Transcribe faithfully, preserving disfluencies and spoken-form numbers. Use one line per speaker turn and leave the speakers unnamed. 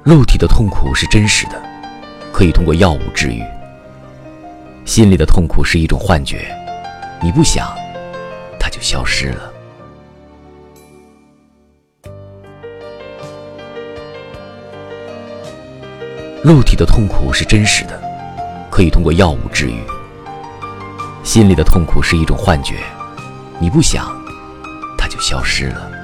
肉体的痛苦是真实的，可以通过药物治愈。心里的痛苦是一种幻觉，你不想，它就消失了。肉体的痛苦是真实的，可以通过药物治愈。心里的痛苦是一种幻觉，你不想，它就消失了。